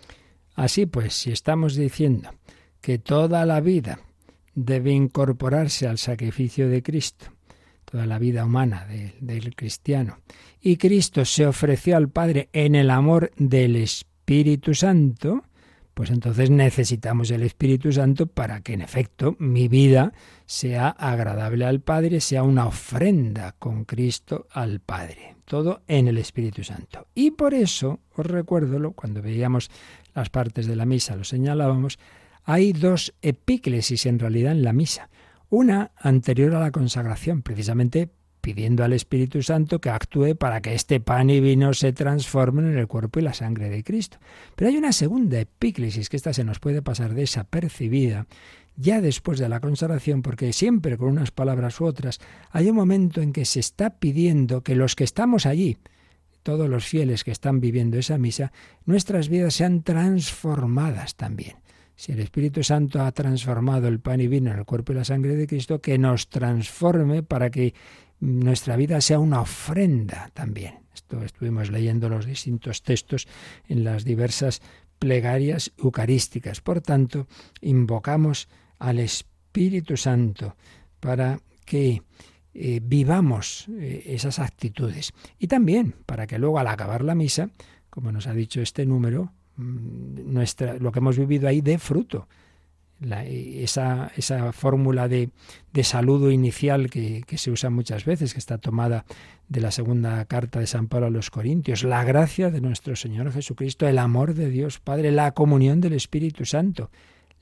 Así pues, si estamos diciendo que toda la vida debe incorporarse al sacrificio de Cristo, toda la vida humana de, del cristiano, y Cristo se ofreció al Padre en el amor del Espíritu Santo, pues entonces necesitamos el Espíritu Santo para que en efecto mi vida sea agradable al Padre, sea una ofrenda con Cristo al Padre. Todo en el Espíritu Santo. Y por eso, os recuerdo, cuando veíamos las partes de la misa, lo señalábamos, hay dos epíclesis en realidad en la misa. Una anterior a la consagración, precisamente pidiendo al Espíritu Santo que actúe para que este pan y vino se transformen en el cuerpo y la sangre de Cristo. Pero hay una segunda epíclesis, que esta se nos puede pasar desapercibida, ya después de la consagración, porque siempre con unas palabras u otras, hay un momento en que se está pidiendo que los que estamos allí, todos los fieles que están viviendo esa misa, nuestras vidas sean transformadas también. Si el Espíritu Santo ha transformado el pan y vino en el cuerpo y la sangre de Cristo, que nos transforme para que nuestra vida sea una ofrenda también. Esto estuvimos leyendo los distintos textos en las diversas plegarias eucarísticas. Por tanto, invocamos al Espíritu Santo para que eh, vivamos eh, esas actitudes. Y también para que luego al acabar la misa, como nos ha dicho este número, nuestra, lo que hemos vivido ahí dé fruto. La, esa, esa fórmula de, de saludo inicial que, que se usa muchas veces, que está tomada de la segunda carta de San Pablo a los Corintios, la gracia de nuestro Señor Jesucristo, el amor de Dios Padre, la comunión del Espíritu Santo,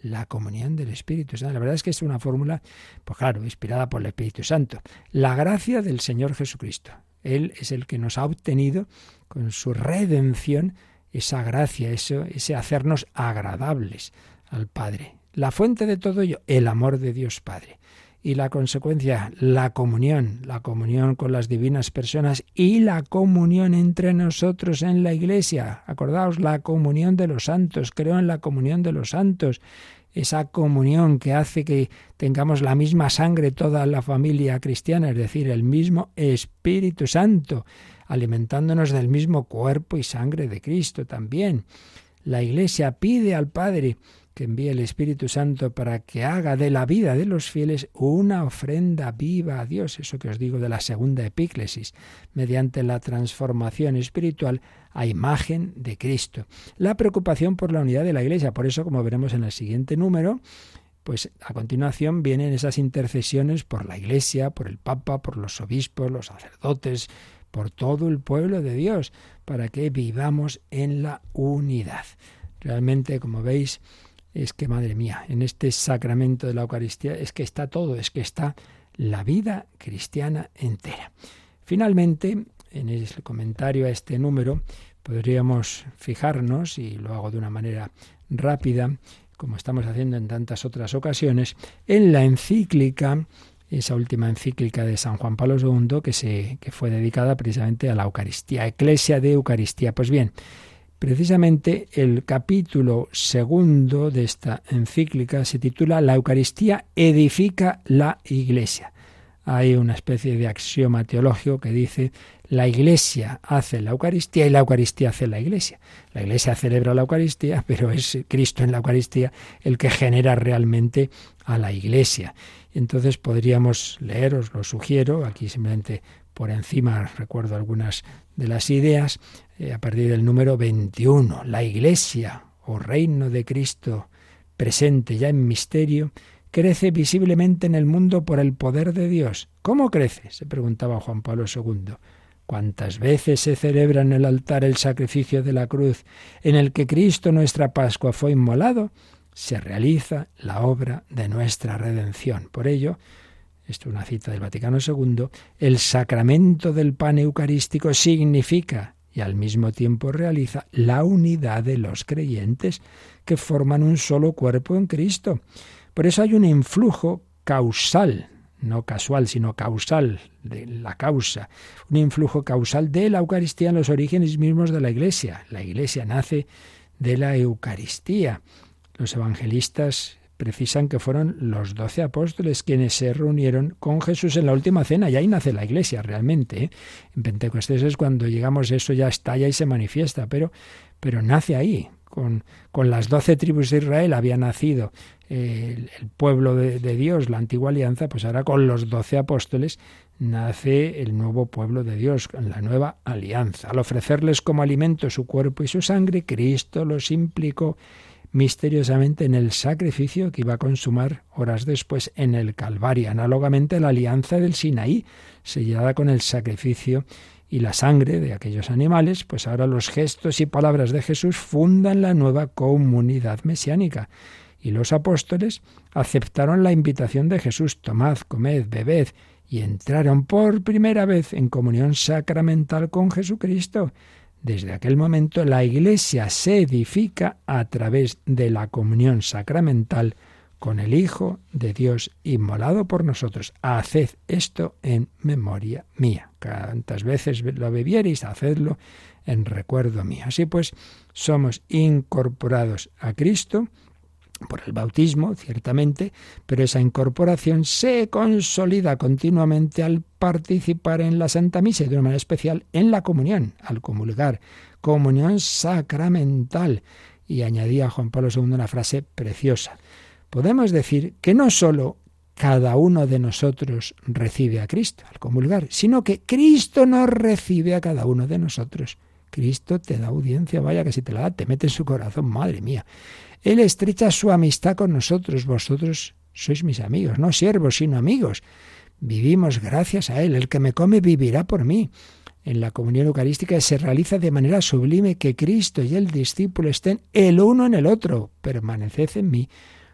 la comunión del Espíritu Santo. La verdad es que es una fórmula, pues claro, inspirada por el Espíritu Santo. La gracia del Señor Jesucristo. Él es el que nos ha obtenido con su redención esa gracia, eso, ese hacernos agradables al Padre. La fuente de todo ello, el amor de Dios Padre. Y la consecuencia, la comunión, la comunión con las divinas personas y la comunión entre nosotros en la Iglesia. Acordaos, la comunión de los santos, creo en la comunión de los santos. Esa comunión que hace que tengamos la misma sangre toda la familia cristiana, es decir, el mismo Espíritu Santo, alimentándonos del mismo cuerpo y sangre de Cristo también. La Iglesia pide al Padre que envíe el Espíritu Santo para que haga de la vida de los fieles una ofrenda viva a Dios, eso que os digo de la segunda epíclesis, mediante la transformación espiritual a imagen de Cristo. La preocupación por la unidad de la Iglesia, por eso, como veremos en el siguiente número, pues a continuación vienen esas intercesiones por la Iglesia, por el Papa, por los obispos, los sacerdotes, por todo el pueblo de Dios, para que vivamos en la unidad. Realmente, como veis, es que, madre mía, en este sacramento de la Eucaristía es que está todo, es que está la vida cristiana entera. Finalmente, en el comentario a este número, podríamos fijarnos, y lo hago de una manera rápida, como estamos haciendo en tantas otras ocasiones, en la encíclica, esa última encíclica de San Juan Pablo segundo, que, se, que fue dedicada precisamente a la Eucaristía, Ecclesia de Eucaristía. Pues bien, precisamente el capítulo segundo de esta encíclica se titula La Eucaristía edifica la Iglesia. Hay una especie de axioma teológico que dice la Iglesia hace la Eucaristía y la Eucaristía hace la Iglesia. La Iglesia celebra la Eucaristía, pero es Cristo en la Eucaristía el que genera realmente a la Iglesia. Entonces podríamos leer, os lo sugiero, aquí simplemente por encima recuerdo algunas de las ideas, eh, a partir del número veintiuno. La Iglesia, o reino de Cristo, presente ya en misterio, crece visiblemente en el mundo por el poder de Dios. ¿Cómo crece?, se preguntaba Juan Pablo segundo. ¿Cuántas veces se celebra en el altar el sacrificio de la cruz en el que Cristo, nuestra Pascua, fue inmolado? Se realiza la obra de nuestra redención. Por ello, esto es una cita del Vaticano segundo, el sacramento del pan eucarístico significa y al mismo tiempo realiza la unidad de los creyentes que forman un solo cuerpo en Cristo. Por eso hay un influjo causal, no casual, sino causal, de la causa, un influjo causal de la Eucaristía en los orígenes mismos de la Iglesia. La Iglesia nace de la Eucaristía. Los evangelistas precisan que fueron los doce apóstoles quienes se reunieron con Jesús en la última cena, y ahí nace la Iglesia realmente, ¿eh? En Pentecostés es cuando llegamos, eso ya estalla y se manifiesta, pero, pero nace ahí. Con, con las doce tribus de Israel había nacido eh, el, el pueblo de, de Dios, la antigua alianza, pues ahora con los doce apóstoles nace el nuevo pueblo de Dios, la nueva alianza. Al ofrecerles como alimento su cuerpo y su sangre, Cristo los implicó misteriosamente en el sacrificio que iba a consumar horas después en el Calvario, análogamente a la alianza del Sinaí, sellada con el sacrificio y la sangre de aquellos animales, pues ahora los gestos y palabras de Jesús fundan la nueva comunidad mesiánica. Y los apóstoles aceptaron la invitación de Jesús, tomad, comed, bebed, y entraron por primera vez en comunión sacramental con Jesucristo. Desde aquel momento la Iglesia se edifica a través de la comunión sacramental con el Hijo de Dios inmolado por nosotros. Haced esto en memoria mía. Cuantas veces lo bebiereis, hacedlo en recuerdo mío. Así pues, somos incorporados a Cristo por el bautismo, ciertamente, pero esa incorporación se consolida continuamente al participar en la Santa Misa y de una manera especial en la comunión, al comulgar, comunión sacramental. Y añadía Juan Pablo segundo una frase preciosa. Podemos decir que no sólo cada uno de nosotros recibe a Cristo al comulgar, sino que Cristo nos recibe a cada uno de nosotros. Cristo te da audiencia, vaya que si te la da, te mete en su corazón, madre mía. Él estrecha su amistad con nosotros, vosotros sois mis amigos, no siervos, sino amigos. Vivimos gracias a Él, el que me come vivirá por mí. En la comunión eucarística se realiza de manera sublime que Cristo y el discípulo estén el uno en el otro. Permaneced en mí,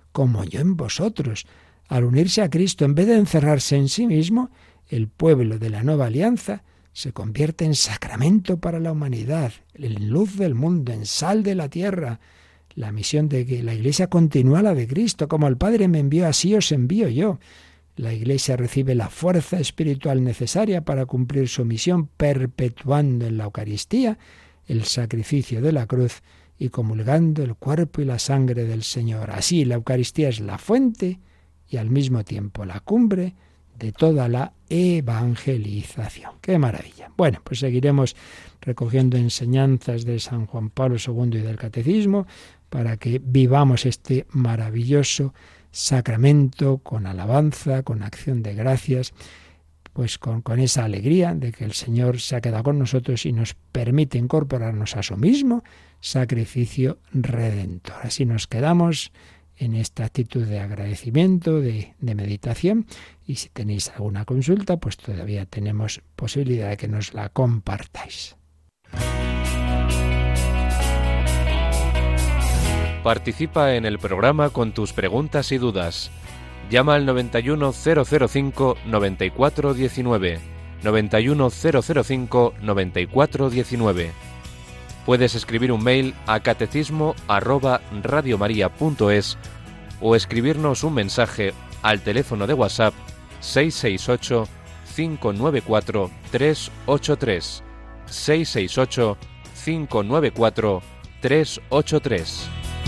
como yo en vosotros. Al unirse a Cristo, en vez de encerrarse en sí mismo, el pueblo de la nueva alianza se convierte en sacramento para la humanidad, en luz del mundo, en sal de la tierra. La misión de que la Iglesia continúa la de Cristo. Como el Padre me envió, así os envío yo. La Iglesia recibe la fuerza espiritual necesaria para cumplir su misión, perpetuando en la Eucaristía el sacrificio de la cruz y comulgando el cuerpo y la sangre del Señor. Así, la Eucaristía es la fuente y al mismo tiempo la cumbre de toda la evangelización. ¡Qué maravilla! Bueno, pues seguiremos recogiendo enseñanzas de San Juan Pablo segundo y del Catecismo para que vivamos este maravilloso sacramento con alabanza, con acción de gracias, pues con, con esa alegría de que el Señor se ha quedado con nosotros y nos permite incorporarnos a su mismo sacrificio redentor. Así nos quedamos en esta actitud de agradecimiento, de, de meditación, y si tenéis alguna consulta, pues todavía tenemos posibilidad de que nos la compartáis.
Participa en el programa con tus preguntas y dudas. Llama al noventa y uno cero cero cinco noventa y cuatro diecinueve, noventa y uno cero cero cinco noventa y cuatro diecinueve. Puedes escribir un mail a catecismo arroba radiomaria.es o escribirnos un mensaje al teléfono de WhatsApp seis seis ocho cinco nueve cuatro tres ocho tres, seis seis ocho cinco nueve cuatro tres ocho tres.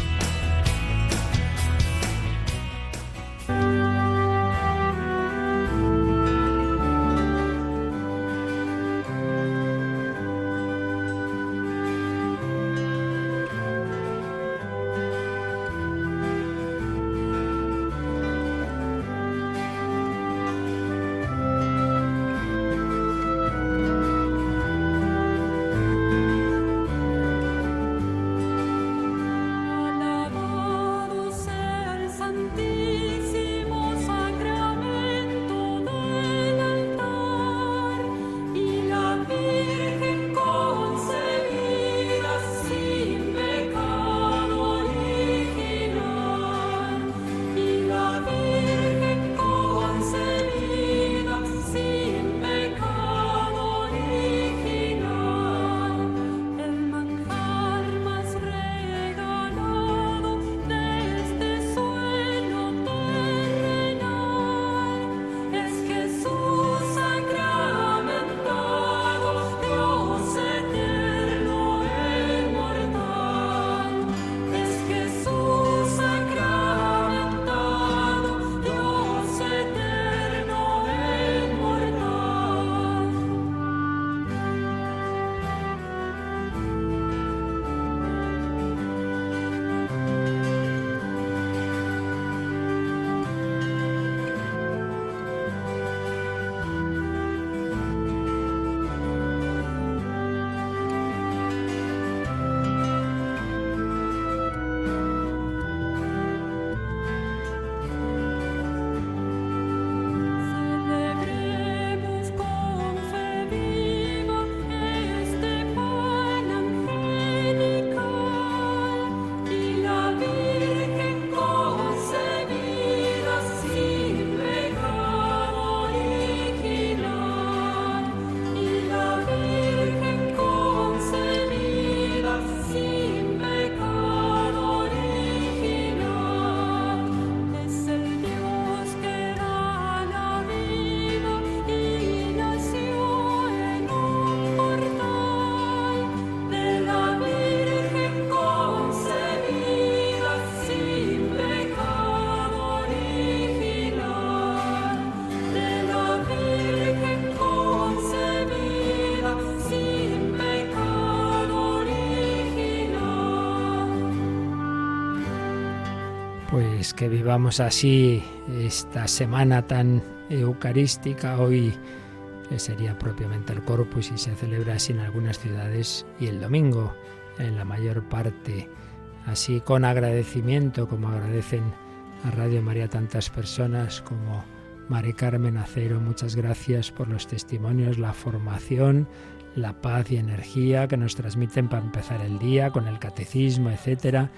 Pues que vivamos así esta semana tan eucarística. Hoy sería propiamente el Corpus y se celebra así en algunas ciudades, y el domingo en la mayor parte, así con agradecimiento, como agradecen a Radio María tantas personas como Mari Carmen Acero. Muchas gracias por los testimonios, la formación, la paz y energía que nos transmiten para empezar el día con el catecismo, etcétera.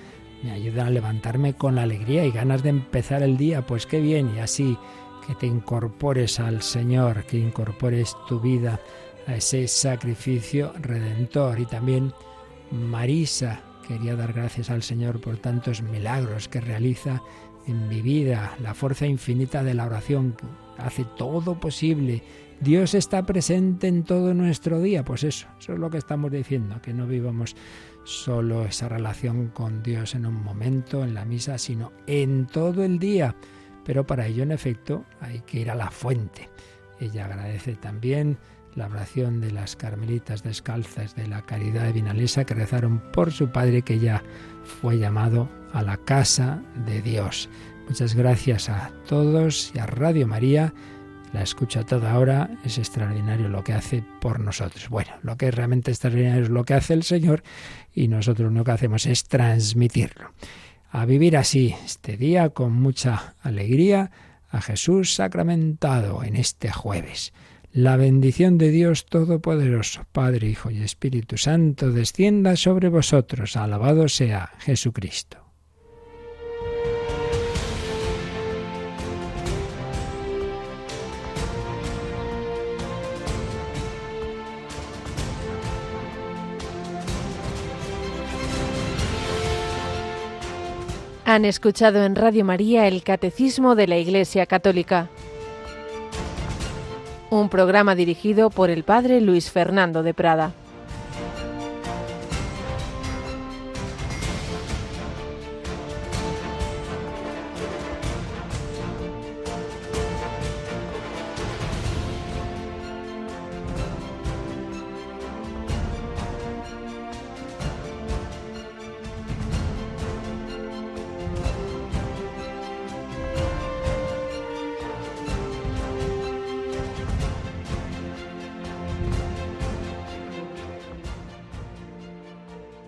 me ayudan a levantarme con alegría y ganas de empezar el día. Pues qué bien, y así que te incorpores al Señor, que incorpores tu vida a ese sacrificio redentor. Y también Marisa, quería dar gracias al Señor por tantos milagros que realiza en mi vida, la fuerza infinita de la oración que hace todo posible. Dios está presente en todo nuestro día. Pues eso, eso es lo que estamos diciendo, que no vivamos solo esa relación con Dios en un momento, en la misa, sino en todo el día. Pero para ello, en efecto, hay que ir a la fuente. Ella agradece también la oración de las carmelitas descalzas de la Caridad de Vinalesa, que rezaron por su padre, que ya fue llamado a la casa de Dios. Muchas gracias a todos y a Radio María. La escucho a toda hora, es extraordinario lo que hace por nosotros. Bueno, lo que es realmente extraordinario es lo que hace el Señor, y nosotros lo que hacemos es transmitirlo. A vivir así este día con mucha alegría a Jesús sacramentado en este jueves. La bendición de Dios Todopoderoso, Padre, Hijo y Espíritu Santo, descienda sobre vosotros. Alabado sea Jesucristo.
Han escuchado en Radio María el Catecismo de la Iglesia Católica, un programa dirigido por el Padre Luis Fernando de Prada.